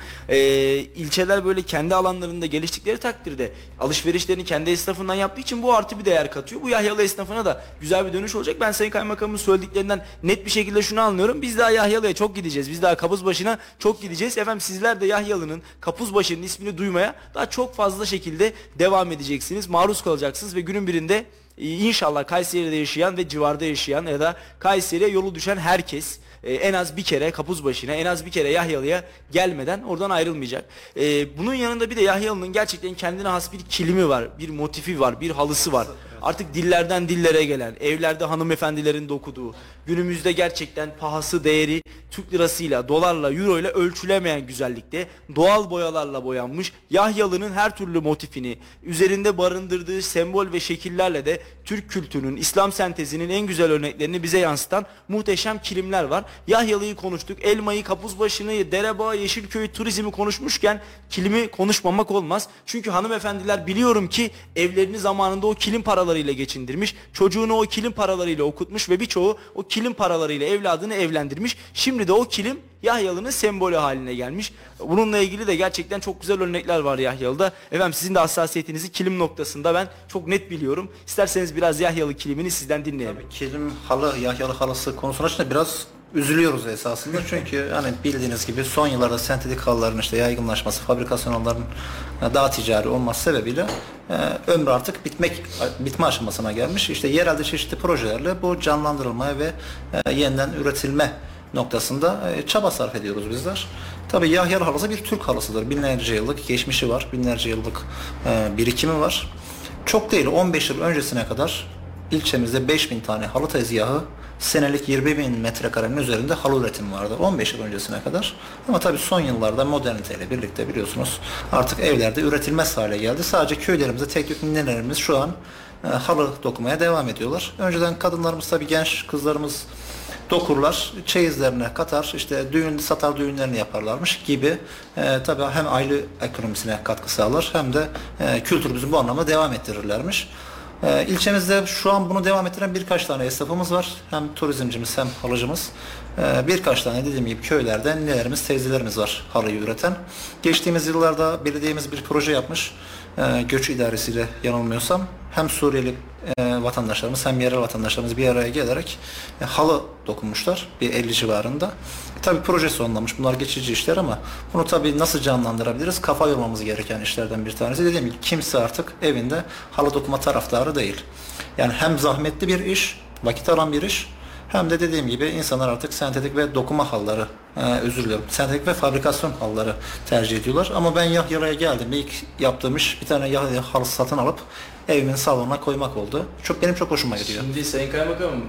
İlçeler böyle kendi alanlarında geliştikleri takdirde alışverişlerini kendi esnafından yaptığı için bu artı bir değer katıyor. Bu Yahyalı esnafına da güzel bir dönüş olacak. Ben Sayın Kaymakamımın söylediklerinden net bir şekilde şunu anlıyorum. Biz daha Yahyalı'ya çok gideceğiz. Biz daha Kapuzbaşı'na çok gideceğiz. Efendim sizler de Yahyalı'nın, Kapuzbaşı'nın ismini duymaya daha çok fazla şekilde devam edeceksiniz. Maruz kalacaksınız ve günün birinde İnşallah Kayseri'de yaşayan ve civarda yaşayan ya da Kayseri'ye yolu düşen herkes en az bir kere Kapuzbaşı'na, en az bir kere Yahyalı'ya gelmeden oradan ayrılmayacak. Bunun yanında bir de Yahyalı'nın gerçekten kendine has bir kilimi var, bir motifi var, bir halısı var. Artık dillerden dillere gelen, evlerde hanımefendilerin dokuduğu, günümüzde gerçekten pahası değeri Türk lirasıyla, dolarla, euro ile ölçülemeyen güzellikte doğal boyalarla boyanmış Yahyalı'nın her türlü motifini, üzerinde barındırdığı sembol ve şekillerle de Türk kültürünün, İslam sentezinin en güzel örneklerini bize yansıtan muhteşem kilimler var. Yahyalı'yı konuştuk, Elma'yı, Kapuzbaşı'nı, Derebağ, Yeşilköy, turizmi konuşmuşken kilimi konuşmamak olmaz. Çünkü hanımefendiler biliyorum ki evlerini zamanında o kilim paralarıyla geçindirmiş, çocuğunu o kilim paralarıyla okutmuş ve birçoğu o kilim paralarıyla evladını evlendirmiş. Şimdi de o kilim Yahyalı'nın sembolü haline gelmiş. Bununla ilgili de gerçekten çok güzel örnekler var Yahyalı'da. Efendim sizin de hassasiyetinizi kilim noktasında ben çok net biliyorum. İsterseniz biraz Yahyalı kilimini sizden dinleyelim. Tabii kilim, halı, Yahyalı halısı konusuna işte biraz üzülüyoruz esasında. Çünkü hani bildiğiniz gibi son yıllarda sentetik halıların işte yaygınlaşması, fabrikasyon halıların daha ticari olması sebebiyle ömrü artık bitme aşamasına gelmiş. İşte yerelde çeşitli projelerle bu canlandırılmaya ve yeniden üretilme noktasında çaba sarf ediyoruz bizler. Tabii Yahyalı halısı bir Türk halısıdır. Binlerce yıllık geçmişi var. Binlerce yıllık birikimi var. Çok değil, 15 yıl öncesine kadar ilçemizde 5000 tane halı tezgahı, senelik 20.000 metrekarenin üzerinde halı üretimi vardı 15 yıl öncesine kadar. Ama tabii son yıllarda moderniteyle birlikte biliyorsunuz artık evlerde üretilmez hale geldi. Sadece köylerimizde tek tük ninelerimiz şu an halı dokumaya devam ediyorlar. Önceden kadınlarımız, tabii genç kızlarımız dokurlar, çeyizlerine katar, işte düğün satar, düğünlerini yaparlarmış gibi tabii hem aile ekonomisine katkı sağlar hem de kültürümüzü bu anlamda devam ettirirlermiş. İlçemizde şu an bunu devam ettiren birkaç tane esnafımız var. Hem turizmcimiz hem halıcımız. Birkaç tane dediğim gibi köylerden nelerimiz, teyzelerimiz var halıyı üreten. Geçtiğimiz yıllarda belediyemiz bir proje yapmış. Göç idaresiyle yanılmıyorsam hem Suriyeli vatandaşlarımız hem yerel vatandaşlarımız bir araya gelerek halı dokunmuşlar bir 50 civarında. Tabii proje sonlanmış. Bunlar geçici işler ama bunu tabii nasıl canlandırabiliriz? Kafa yormamız gereken işlerden bir tanesi. Dediğim gibi kimse artık evinde halı dokuma taraftarı değil. Yani hem zahmetli bir iş, vakit alan bir iş, hem de dediğim gibi insanlar artık sentetik ve dokuma halıları, sentetik ve fabrikasyon halıları tercih ediyorlar. Ama ben Yahyalı'ya geldim. İlk yaptığım iş bir tane Yahyalı halısı satın alıp evimin salonuna koymak oldu. Benim çok hoşuma gidiyor. Şimdi Sayın Kaymakamım,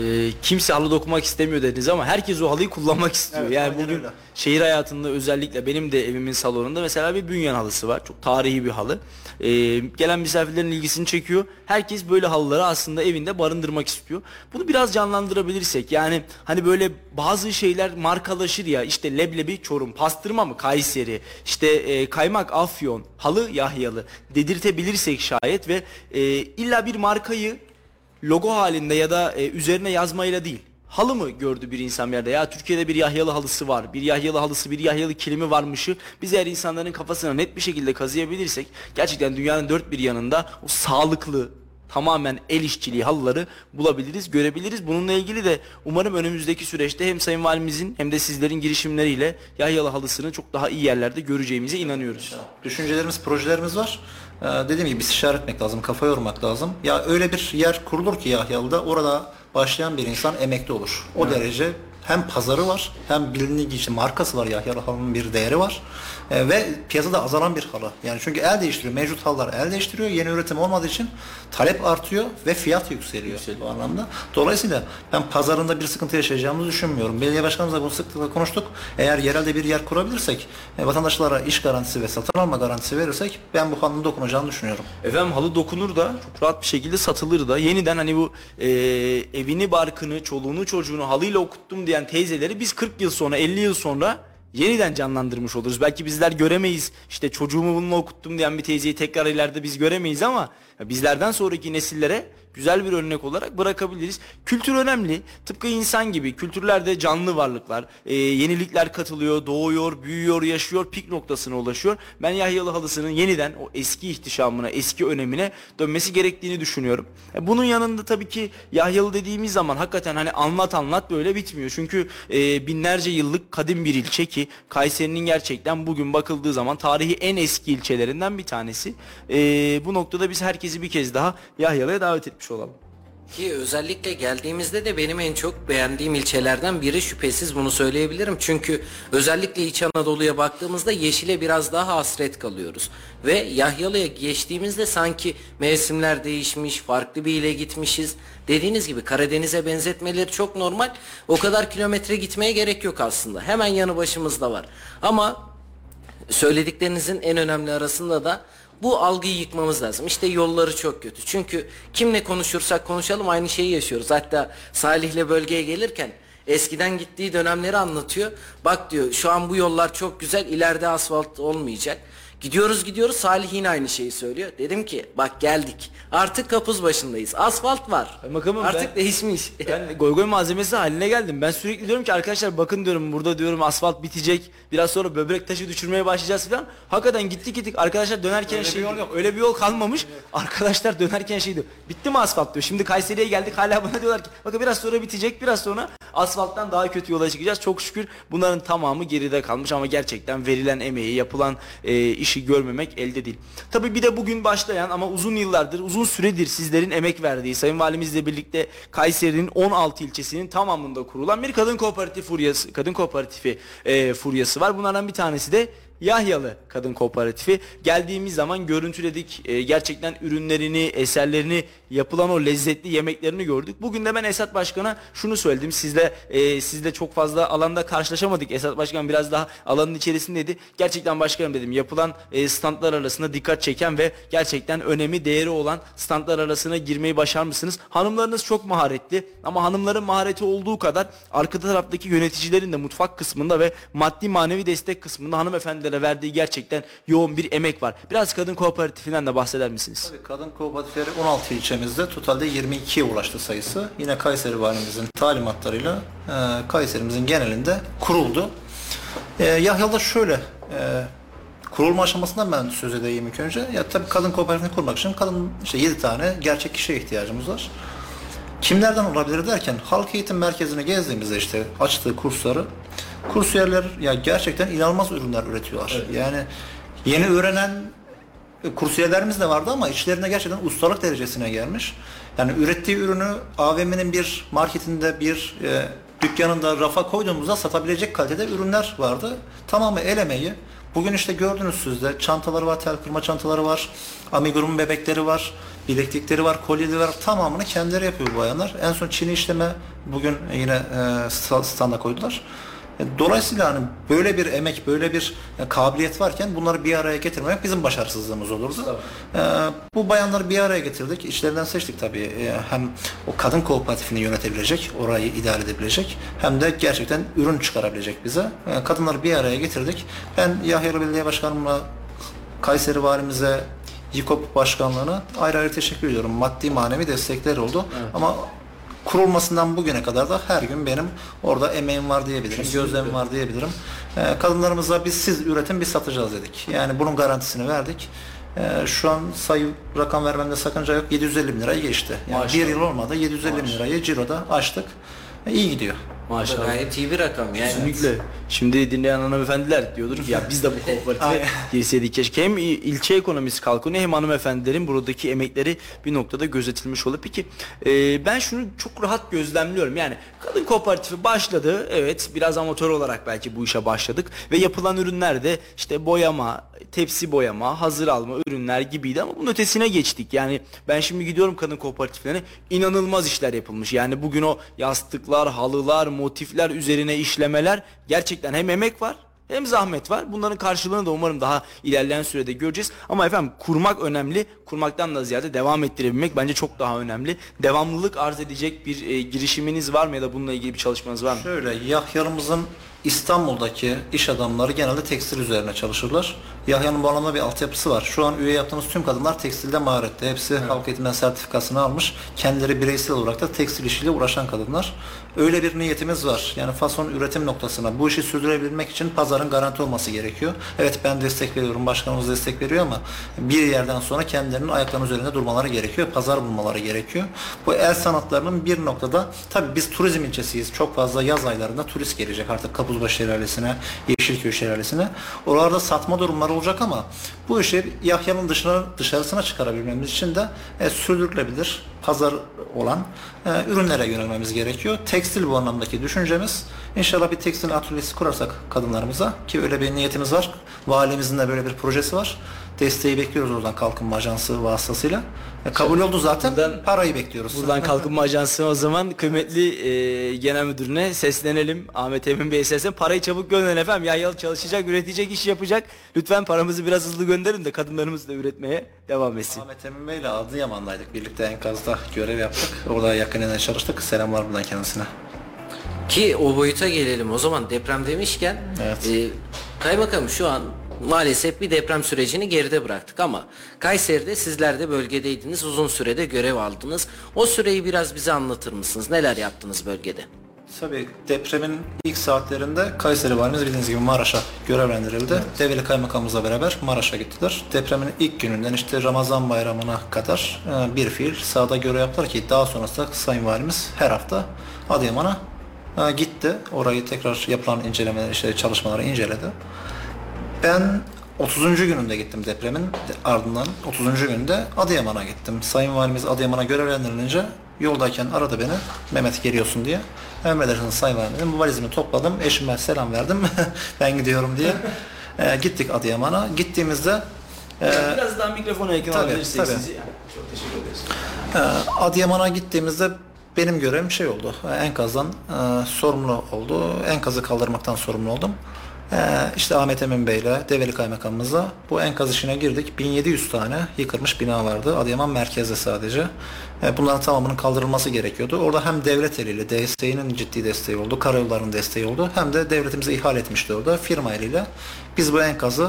kimse halı dokumak istemiyor dediniz ama herkes o halıyı kullanmak istiyor. Evet, yani bugün öyle. Şehir hayatında özellikle benim de evimin salonunda mesela bir bünyen halısı var. Çok tarihi bir halı. Gelen misafirlerin ilgisini çekiyor. Herkes böyle halıları aslında evinde barındırmak istiyor. Bunu biraz canlandırabilirsek, yani hani böyle bazı şeyler markalaşır ya, işte leblebi Çorum, pastırma mı Kayseri, işte kaymak Afyon, halı Yahyalı dedirtebilirsek şayet ve illa bir markayı logo halinde ya da üzerine yazmayla değil, halı mı gördü bir insan bir yerde, ya Türkiye'de bir Yahyalı halısı var, bir Yahyalı halısı, bir Yahyalı kilimi varmışı biz eğer insanların kafasına net bir şekilde kazıyabilirsek gerçekten dünyanın dört bir yanında o sağlıklı, tamamen el işçiliği halıları bulabiliriz, görebiliriz. Bununla ilgili de umarım önümüzdeki süreçte hem Sayın Valimizin hem de sizlerin girişimleriyle Yahyalı halısını çok daha iyi yerlerde göreceğimize inanıyoruz. Düşüncelerimiz, projelerimiz var. Dediğim gibi istişare etmek lazım, kafa yormak lazım. Ya öyle bir yer kurulur ki Yahyalı'da, orada başlayan bir insan emekli olur. O derece hem pazarı var, hem bilindiği için markası var, Yahyalı halının bir değeri var. Ve piyasada azalan bir halı. Yani çünkü el değiştiriyor, mevcut halılar el değiştiriyor. Yeni üretim olmadığı için talep artıyor ve fiyat yükseliyor bu anlamda. Dolayısıyla ben pazarında bir sıkıntı yaşayacağımızı düşünmüyorum. Belediye başkanımızla bunu sıklıkla konuştuk. Eğer yerelde bir yer kurabilirsek, vatandaşlara iş garantisi ve satın alma garantisi verirsek ben bu halının dokunacağını düşünüyorum. Efendim halı dokunur da çok rahat bir şekilde satılır da, yeniden hani bu evini, barkını, çoluğunu, çocuğunu halıyla okuttum diyen teyzeleri biz 40 yıl sonra, 50 yıl sonra yeniden canlandırmış oluruz. Belki bizler göremeyiz, işte çocuğumu bununla okuttum diyen bir teyzeyi tekrar ileride biz göremeyiz ama bizlerden sonraki nesillere güzel bir örnek olarak bırakabiliriz. Kültür önemli. Tıpkı insan gibi kültürlerde canlı varlıklar. Yenilikler katılıyor, doğuyor, büyüyor, yaşıyor, pik noktasına ulaşıyor. Ben Yahyalı halısının yeniden o eski ihtişamına, eski önemine dönmesi gerektiğini düşünüyorum. Bunun yanında tabii ki Yahyalı dediğimiz zaman hakikaten hani anlat böyle bitmiyor. Çünkü binlerce yıllık kadim bir ilçe ki Kayseri'nin gerçekten bugün bakıldığı zaman tarihi en eski ilçelerinden bir tanesi. Bu noktada biz herkesi bir kez daha Yahyalı'ya davet etmiş olalım. Ki özellikle geldiğimizde de benim en çok beğendiğim ilçelerden biri, şüphesiz bunu söyleyebilirim. Çünkü özellikle İç Anadolu'ya baktığımızda yeşile biraz daha hasret kalıyoruz. Ve Yahyalı'ya geçtiğimizde sanki mevsimler değişmiş, farklı bir ile gitmişiz. Dediğiniz gibi Karadeniz'e benzetmeleri çok normal. O kadar kilometre gitmeye gerek yok aslında. Hemen yanı başımızda var. Ama söylediklerinizin en önemli arasında da bu algıyı yıkmamız lazım. İşte yolları çok kötü. Çünkü kimle konuşursak konuşalım aynı şeyi yaşıyoruz. Hatta Salih'le bölgeye gelirken eskiden gittiği dönemleri anlatıyor. Bak diyor, şu an bu yollar çok güzel, ileride asfalt olmayacak. Gidiyoruz Salih yine aynı şeyi söylüyor. Dedim ki bak geldik. Artık kapuz başındayız. Asfalt var. Bakalım artık değişmiş. Ben goy malzemesi haline geldim. Ben sürekli diyorum ki arkadaşlar bakın diyorum, burada diyorum asfalt bitecek. Biraz sonra böbrek taşı düşürmeye başlayacağız falan. Hakikaten gittik. Arkadaşlar dönerken öyle bir yol yok. Öyle bir yol kalmamış. Evet. Arkadaşlar dönerken şey diyor. Bitti mi asfalt diyor. Şimdi Kayseri'ye geldik, hala bana diyorlar ki bakın biraz sonra bitecek. Biraz sonra asfalttan daha kötü yola çıkacağız. Çok şükür bunların tamamı geride kalmış ama gerçekten verilen emeği, yapılan işi görmemek elde değil. Tabii bir de bugün başlayan ama uzun yıllardır, uzun süredir sizlerin emek verdiği, Sayın Valimizle birlikte Kayseri'nin 16 ilçesinin tamamında kurulan bir kadın kooperatifi furyası var. Bunlardan bir tanesi de Yahyalı Kadın Kooperatifi. Geldiğimiz zaman görüntüledik. Gerçekten ürünlerini, eserlerini, yapılan o lezzetli yemeklerini gördük. Bugün de ben Esat Başkan'a şunu söyledim. Sizle çok fazla alanda karşılaşamadık. Esat Başkan biraz daha alanın içerisindeydi. Gerçekten başkanım dedim, yapılan standlar arasında dikkat çeken ve gerçekten önemi, değeri olan standlar arasına girmeyi başarmışsınız. Hanımlarınız çok maharetli ama hanımların mahareti olduğu kadar arka taraftaki yöneticilerin de mutfak kısmında ve maddi manevi destek kısmında hanımefendilere verdiği gerçekten yoğun bir emek var. Biraz kadın kooperatifinden de bahseder misiniz? Tabii kadın kooperatifleri 16 ilçemizde totalde 22'ye ulaştı sayısı. Yine Kayseri Valimizin talimatlarıyla Kayserimizin genelinde kuruldu. Yahyalı'da şöyle kurulma aşamasından ben söz edeyim ilk önce. Ya tabii kadın kooperatifini kurmak için 7 tane gerçek kişiye ihtiyacımız var. Kimlerden olabilir derken halk eğitim merkezini gezdiğimizde işte açtığı kursiyerler ya gerçekten inanılmaz ürünler üretiyorlar. Evet. Yani yeni öğrenen kursiyerlerimiz de vardı ama içlerinde gerçekten ustalık derecesine gelmiş. Yani ürettiği ürünü AVM'nin bir marketinde, bir dükkanında rafa koyduğumuzda satabilecek kalitede ürünler vardı. Tamamı el emeği. Bugün işte gördünüz siz de çantaları var, tel kırma çantaları var, amigurumi bebekleri var, bileklikleri var, kolyeleri var. Tamamını kendileri yapıyor bu bayanlar. En son çini işleme bugün yine standa koydular. Dolayısıyla hani böyle bir emek, böyle bir kabiliyet varken bunları bir araya getirmek bizim başarısızlığımız olurdu. Bu bayanları bir araya getirdik. İçlerinden seçtik tabii. Hem o kadın kooperatifini yönetebilecek, orayı idare edebilecek, hem de gerçekten ürün çıkarabilecek bize. Kadınları bir araya getirdik. Ben Yahyalı Belediye Başkanımla Kayseri Valimize, YİKOP Başkanlığı'na ayrı ayrı teşekkür ediyorum. Maddi manevi destekler oldu. Evet. Ama kurulmasından bugüne kadar da her gün benim orada emeğim var diyebilirim, gözlemim var diyebilirim. Kadınlarımıza siz üretin, biz satacağız dedik. Yani bunun garantisini verdik. Şu an sayı rakam vermemde sakınca yok. 750 bin lirayı geçti. Yani bir yıl olmadı 750 bin lirayı ciroda açtık. İyi gidiyor. Maşallah. Gayet iyi bir rakam yani. Kesinlikle. Şimdi dinleyen hanımefendiler diyordur ki ya biz de bu kooperatife girseydik keşke. Hem ilçe ekonomisi kalkınıyor hem hanımefendilerin buradaki emekleri bir noktada gözetilmiş olur. Peki ben şunu çok rahat gözlemliyorum. Yani kadın kooperatifi başladı. Evet, biraz amatör olarak belki bu işe başladık. Ve yapılan ürünler de işte boyama, tepsi boyama, hazır alma ürünler gibiydi ama bunun ötesine geçtik. Yani ben şimdi gidiyorum kadın kooperatiflerine, inanılmaz işler yapılmış. Yani bugün o yastıklar, halılar, motifler üzerine işlemeler, gerçekten hem emek var hem zahmet var. Bunların karşılığını da umarım daha ilerleyen sürede göreceğiz. Ama efendim kurmak önemli. Kurmaktan da ziyade devam ettirebilmek bence çok daha önemli. Devamlılık arz edecek bir girişiminiz var mı ya da bununla ilgili bir çalışmanız var mı? Şöyle, Yahyalımızın İstanbul'daki iş adamları genelde tekstil üzerine çalışırlar. Yahya'nın bu anlamda bir altyapısı var. Şu an üye yaptığımız tüm kadınlar tekstilde maharetli. Hepsi halk eğitimden sertifikasını almış. Kendileri bireysel olarak da tekstil işiyle uğraşan kadınlar. Öyle bir niyetimiz var. Yani fason üretim noktasına bu işi sürdürebilmek için pazarın garanti olması gerekiyor. Evet, ben destek veriyorum, başkanımız destek veriyor ama bir yerden sonra kendilerinin ayaklarının üzerinde durmaları gerekiyor. Pazar bulmaları gerekiyor. Bu el sanatlarının bir noktada, tabii biz turizm ilçesiyiz. Çok fazla yaz aylarında turist gelecek artık Kapuzbaşı Şelalesi'ne, Yeşilköy Şelalesi'ne. Oralarda satma durumları olacak ama bu işi Yahya'nın dışarısına çıkarabilmemiz için de sürdürülebilir pazar olan ürünlere yönelmemiz gerekiyor. Tekstil bu anlamdaki düşüncemiz. İnşallah bir tekstil atölyesi kurarsak kadınlarımıza, ki öyle bir niyetimiz var. Valimizin de böyle bir projesi var. Desteği bekliyoruz oradan Kalkınma Ajansı vasıtasıyla. Kabul oldu zaten. Parayı bekliyoruz. Buradan Kalkınma Ajansı o zaman kıymetli genel müdürüne seslenelim. Ahmet Emin Bey seslenelim. Parayı çabuk gönderin efendim. Yahyalı çalışacak, üretecek, iş yapacak. Lütfen paramızı biraz hızlı gönderin de kadınlarımız da üretmeye devam etsin. Ahmet Emin Bey ile Adıyaman'daydık. Birlikte enkazda görev yaptık. Orada yakınına çalıştık. Selamlar buradan kendisine. Ki o boyuta gelelim o zaman, deprem demişken. Evet. Kaymakamım, şu an maalesef bir deprem sürecini geride bıraktık ama Kayseri'de sizler de bölgedeydiniz, uzun sürede görev aldınız. O süreyi biraz bize anlatır mısınız? Neler yaptınız bölgede? Tabii depremin ilk saatlerinde Kayseri Valimiz bildiğiniz gibi Maraş'a görevlendirildi. Evet. Develi Kaymakamımızla beraber Maraş'a gittiler. Depremin ilk gününden işte Ramazan bayramına kadar bir fiil sahada görev yaptılar ki daha sonrasında Sayın Valimiz her hafta Adıyaman'a gitti. Orayı tekrar yapılan incelemeler, işte çalışmaları inceledi. Ben 30. gününde gittim depremin ardından 30. günde Adıyaman'a gittim. Sayın Valimiz Adıyaman'a görevlendirilince yoldayken aradı beni, Mehmet geliyorsun diye. Emredersiniz Sayın Valim, bu valizimi topladım, eşime selam verdim ben gidiyorum diye. Gittik Adıyaman'a. Gittiğimizde biraz daha mikrofona yakın alabilirsek sizi. Çok teşekkür ederiz. Adıyaman'a gittiğimizde benim görevim şey oldu, enkazdan sorumlu oldu. Enkazı kaldırmaktan sorumlu oldum. İşte Ahmet Emin Bey ile Develi Kaymakamımızla bu enkaz işine girdik. 1700 tane yıkılmış bina vardı. Adıyaman merkezde sadece. Bunların tamamının kaldırılması gerekiyordu. Orada hem devlet eliyle DSİ'nin ciddi desteği oldu, karayollarının desteği oldu. Hem de devletimize ihale etmişti orada firma eliyle. Biz bu enkazı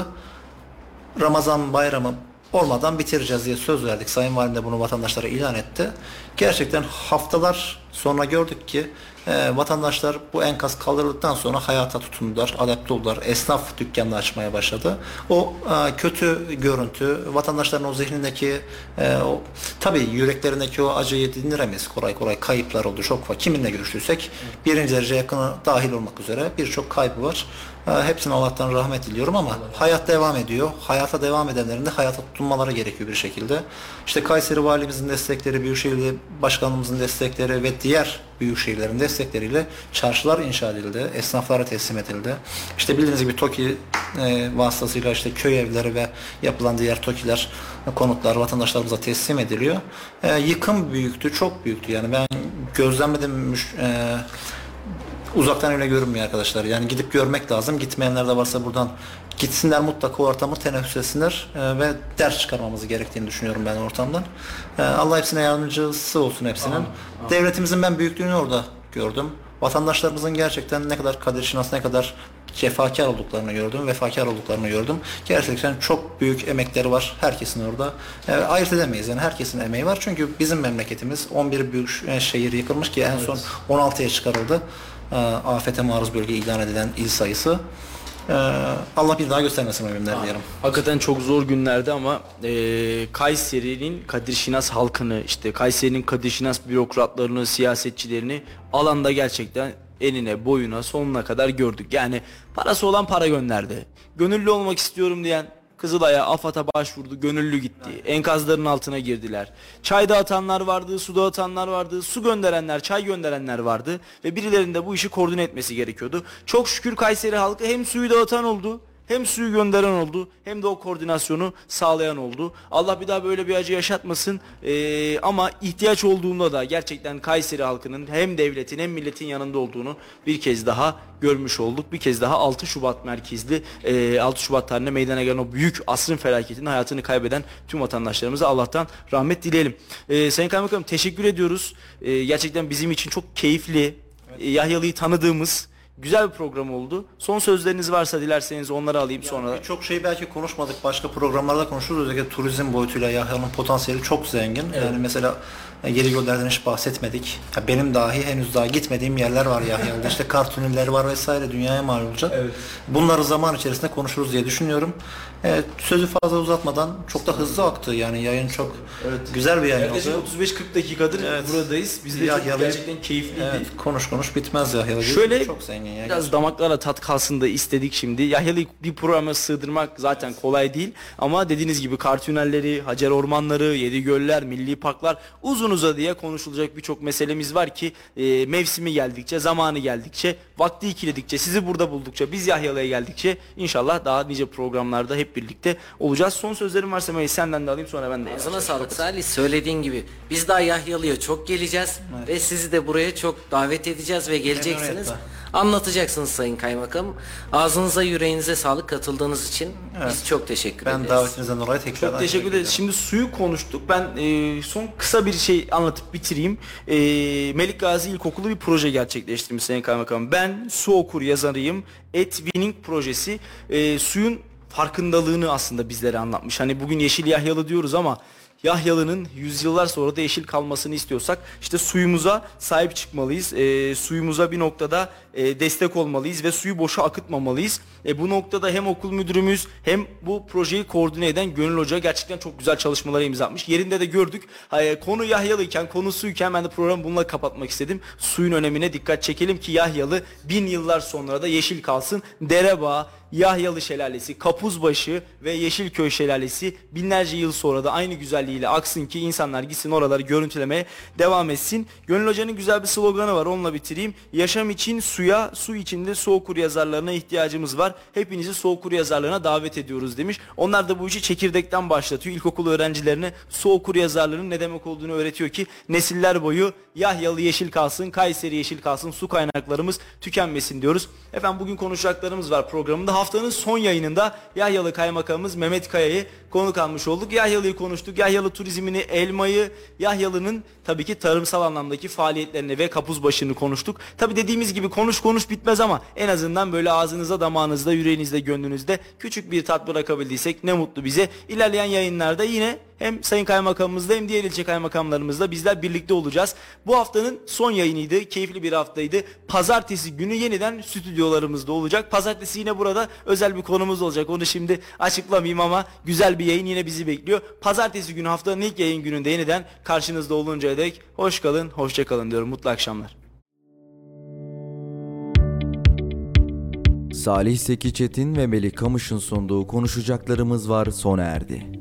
Ramazan bayramı olmadan bitireceğiz diye söz verdik. Sayın Valim de bunu vatandaşlara ilan etti. Gerçekten haftalar sonra gördük ki vatandaşlar bu enkaz kaldırıldıktan sonra hayata tutundular, adapte oldular. Esnaf dükkanını açmaya başladı. O kötü görüntü, vatandaşların o zihnindeki, tabii yüreklerindeki o acıyı dindiremeyiz kolay kolay. Kayıplar oldu, çok var. Kiminle görüştüysek birinci derece yakını dahil olmak üzere birçok kaybı var. Hepsine Allah'tan rahmet diliyorum ama hayat devam ediyor. Hayata devam edenlerin de hayata tutunmaları gerekiyor bir şekilde. İşte Kayseri Valimizin destekleri, Büyükşehir Başkanımızın destekleri ve diğer büyük şehirlerin destekleriyle çarşılar inşa edildi, esnaflara teslim edildi. İşte bildiğiniz gibi TOKİ vasıtasıyla işte köy evleri ve yapılan diğer TOKİ'ler, konutlar vatandaşlarımıza teslim ediliyor. Yıkım büyüktü, çok büyüktü. Yani ben gözlemledim, uzaktan öyle görünmüyor arkadaşlar. Yani gidip görmek lazım. Gitmeyenler de varsa buradan gitsinler, mutlaka o ortamı teneffüs etsinler ve ders çıkarmamız gerektiğini düşünüyorum ben ortamdan. Allah hepsine yardımcısı olsun hepsinin. Devletimizin ben büyüklüğünü orada gördüm. Vatandaşlarımızın gerçekten ne kadar kadir şinas, ne kadar cefakar olduklarını gördüm, vefakar olduklarını gördüm. Gerçekten çok büyük emekleri var herkesin orada. Ayırt edemeyiz yani, herkesin emeği var. Çünkü bizim memleketimiz 11 büyük şehir yıkılmış ki en son 16'ya çıkarıldı. Afete maruz bölge ilan edilen il sayısı. Allah bir daha göstermesin o günler diyelim. Hakikaten çok zor günlerdi ama Kayseri'nin Kadir Şinas halkını, işte Kayseri'nin Kadir Şinas bürokratlarını, siyasetçilerini alanda gerçekten enine boyuna sonuna kadar gördük. Yani parası olan para gönderdi. Gönüllü olmak istiyorum diyen Kızılay'a, AFAD'a başvurdu, gönüllü gitti. Enkazların altına girdiler. Çay dağıtanlar vardı, su dağıtanlar vardı, su gönderenler, çay gönderenler vardı ve birilerinin de bu işi koordine etmesi gerekiyordu. Çok şükür Kayseri halkı hem suyu dağıtan oldu, hem suyu gönderen oldu, hem de o koordinasyonu sağlayan oldu. Allah bir daha böyle bir acı yaşatmasın. Ama ihtiyaç olduğunda da gerçekten Kayseri halkının hem devletin hem milletin yanında olduğunu bir kez daha görmüş olduk. Bir kez daha 6 Şubat merkezli 6 Şubat tarihinde meydana gelen o büyük asrın felaketinin hayatını kaybeden tüm vatandaşlarımıza Allah'tan rahmet dileyelim. Sayın Kaymakamım, teşekkür ediyoruz. Gerçekten bizim için çok keyifli, Yahyalı'yı tanıdığımız Güzel bir program oldu. Son sözleriniz varsa dilerseniz onları alayım sonra. Çok şey belki konuşmadık. Başka programlarda konuşuruz. Özellikle turizm boyutuyla Yahya'nın potansiyeli çok zengin. Yani mesela Yedigöller'den hiç bahsetmedik. Ya benim dahi henüz daha gitmediğim yerler var Yahya'da. İşte kar tünelleri var vesaire, dünyaya mal olacak. Evet. Bunları zaman içerisinde konuşuruz diye düşünüyorum. Evet, sözü fazla uzatmadan çok da hızlı aktı. Yani yayın çok güzel bir yayın Yaklaşık oldu. 35-40 dakikadır buradayız. Biz de çok gerçekten keyifliydi. Evet, konuş bitmez Yahyalı. Şöyle çok zengin ya. biraz damaklara tat kalsın da istedik şimdi. Yahyalı'yı bir programa sığdırmak zaten kolay değil. Ama dediğiniz gibi kar tünelleri, Hacer ormanları, Yedigöller, milli parklar uzun uzadıya konuşulacak birçok meselemiz var ki mevsimi geldikçe, zamanı geldikçe, vakti ikiledikçe, sizi burada buldukça, biz Yahyalı'ya geldikçe inşallah daha nice programlarda hep birlikte olacağız. Son sözlerim varsa Mehmet senden de alayım, sonra ben de. Ağzına sağlık Salih. Söylediğin gibi biz daha Yahyalı'ya çok geleceğiz ve sizi de buraya çok davet edeceğiz ve geleceksiniz. Memnuniyetle. Anlatacaksınız Sayın Kaymakam. Ağzınıza yüreğinize sağlık katıldığınız için. Biz çok teşekkür ederiz. Ben davetinizden dolayı tekrar Çok teşekkür ederiz. Şimdi suyu konuştuk. Ben son kısa bir şey anlatıp bitireyim. Melik Gazi İlkokulu bir proje gerçekleştirmiş Sayın Kaymakam. Ben su okur yazarıyım. Winning projesi suyun farkındalığını aslında bizlere anlatmış. Hani bugün Yeşil Yahyalı diyoruz ama Yahyalı'nın yüzyıllar sonra da yeşil kalmasını istiyorsak işte suyumuza sahip çıkmalıyız. Suyumuza bir noktada destek olmalıyız ve suyu boşa akıtmamalıyız. Bu noktada hem okul müdürümüz hem bu projeyi koordine eden Gönül Hoca gerçekten çok güzel çalışmalara imza atmış. Yerinde de gördük. Konu Yahyalıyken, konu suyken ben de programı bununla kapatmak istedim. Suyun önemine dikkat çekelim ki Yahyalı 1000 yıllar sonra da yeşil kalsın. Derebağ, Yahyalı Şelalesi, Kapuzbaşı ve Yeşilköy Şelalesi binlerce yıl sonra da aynı güzelliğiyle aksın ki insanlar gitsin oraları görüntülemeye devam etsin. Gönül Hoca'nın güzel bir sloganı var, onunla bitireyim. Yaşam için suya, su içinde su okur yazarlarına ihtiyacımız var. Hepinizi su okur yazarlığına davet ediyoruz demiş. Onlar da bu işi çekirdekten başlatıyor. İlkokul öğrencilerine su okur yazarlığının ne demek olduğunu öğretiyor ki nesiller boyu Yahyalı yeşil kalsın, Kayseri yeşil kalsın, su kaynaklarımız tükenmesin diyoruz. Efendim bugün konuşacaklarımız var programında. Haftanın son yayınında Yahyalı Kaymakamımız Mehmet Kaya'yı konuk almış olduk. Yahyalı'yı konuştuk. Yahyalı turizmini, elmayı, Yahyalı'nın tabii ki tarımsal anlamdaki faaliyetlerini ve Kapuzbaşı'nı konuştuk. Tabii dediğimiz gibi konuş bitmez ama en azından böyle ağzınıza, damağınızda, yüreğinizde, gönlünüzde küçük bir tat bırakabildiysek ne mutlu bize. İlerleyen yayınlarda yine hem Sayın Kaymakamımızla hem diğer ilçe kaymakamlarımızla bizler birlikte olacağız. Bu haftanın son yayınıydı. Keyifli bir haftaydı. Pazartesi günü yeniden stüdyolarımızda olacak. Pazartesi yine burada özel bir konumuz olacak. Onu şimdi açıklamayayım ama güzel bir yayın yine bizi bekliyor. Pazartesi günü haftanın ilk yayın gününde yeniden karşınızda oluncaya dek hoş kalın, hoşça kalın diyorum. Mutlu akşamlar. Salih Seki Çetin ve Melih Kamış'ın sunduğu konuşacaklarımız var sona erdi.